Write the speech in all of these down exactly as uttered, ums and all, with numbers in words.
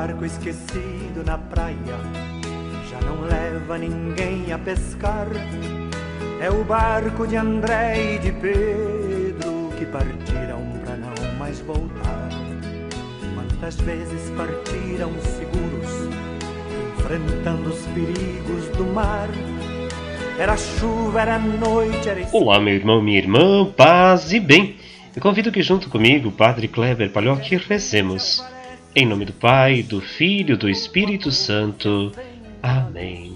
barco esquecido na praia já não leva ninguém a pescar. É o barco de André e de Pedro que partiram pra não mais voltar. Quantas vezes partiram seguros, enfrentando os perigos do mar. Era chuva, era noite, era... Olá, meu irmão, minha irmã, paz e bem. Eu convido que junto comigo, Padre Kleber Palhoque, rezemos. Em nome do Pai, do Filho e do Espírito Santo. Amém.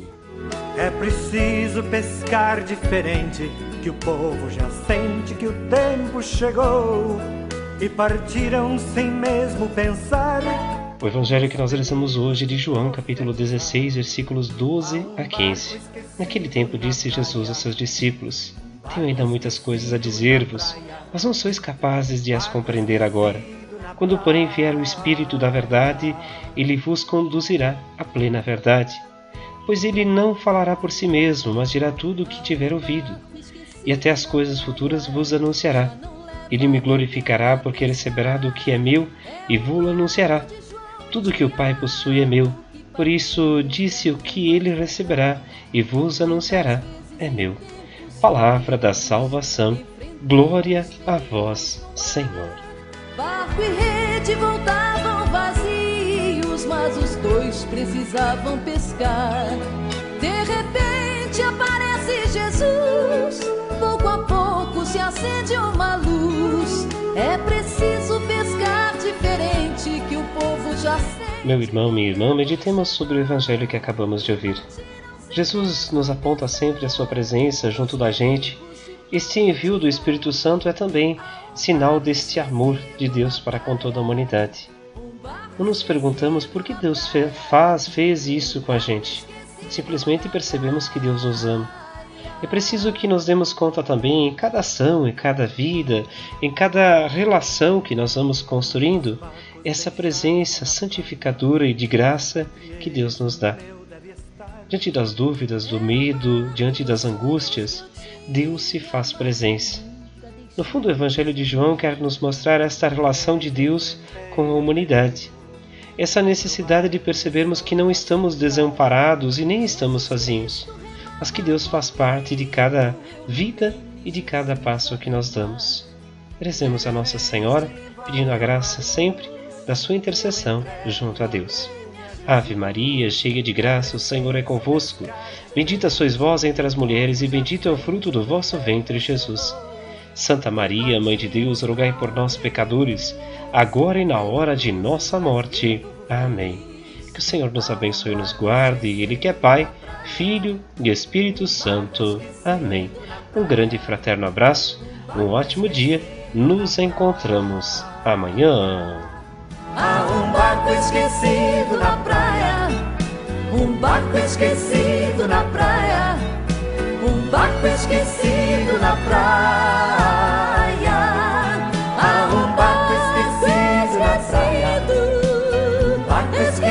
É preciso pescar diferente, que o povo já sente que o tempo chegou. E partiram sem mesmo pensar. O evangelho que nós rezamos hoje é de João, capítulo dezesseis, versículos doze a quinze. Naquele tempo disse Jesus a seus discípulos: Tenho ainda muitas coisas a dizer-vos, mas não sois capazes de as compreender agora. Quando, porém, vier o Espírito da verdade, ele vos conduzirá à plena verdade. Pois ele não falará por si mesmo, mas dirá tudo o que tiver ouvido, e até as coisas futuras vos anunciará. Ele me glorificará, porque receberá do que é meu e vos anunciará. Tudo que o Pai possui é meu, por isso disse: o que ele receberá e vos anunciará é meu. Palavra da salvação. Glória a vós, Senhor. Barco e rede voltavam vazios, mas os dois precisavam pescar. De repente aparece Jesus, pouco a pouco se acende uma luz. É preciso pescar diferente, que o povo já sente. Meu irmão, minha irmã, meditemos sobre o evangelho que acabamos de ouvir. Jesus nos aponta sempre a sua presença junto da gente. Este envio do Espírito Santo é também sinal deste amor de Deus para com toda a humanidade. Não nos perguntamos por que Deus faz, fez isso com a gente. Simplesmente percebemos que Deus nos ama. É preciso que nos demos conta também, em cada ação, em cada vida, em cada relação que nós vamos construindo, essa presença santificadora e de graça que Deus nos dá. Diante das dúvidas, do medo, diante das angústias, Deus se faz presença. No fundo, o Evangelho de João quer nos mostrar esta relação de Deus com a humanidade. Essa necessidade de percebermos que não estamos desamparados e nem estamos sozinhos, mas que Deus faz parte de cada vida e de cada passo que nós damos. Rezemos a Nossa Senhora, pedindo a graça sempre da sua intercessão junto a Deus. Ave Maria, cheia de graça, o Senhor é convosco. Bendita sois vós entre as mulheres, e bendito é o fruto do vosso ventre, Jesus. Santa Maria, Mãe de Deus, rogai por nós, pecadores, agora e na hora de nossa morte. Amém. Que o Senhor nos abençoe e nos guarde, Ele que é Pai, Filho e Espírito Santo. Amém. Um grande e fraterno abraço, um ótimo dia, nos encontramos amanhã. Há um barco esquecido na praia, um barco esquecido na praia, um barco esquecido na praia. Há um barco esquecido na praia, um barco esquecido.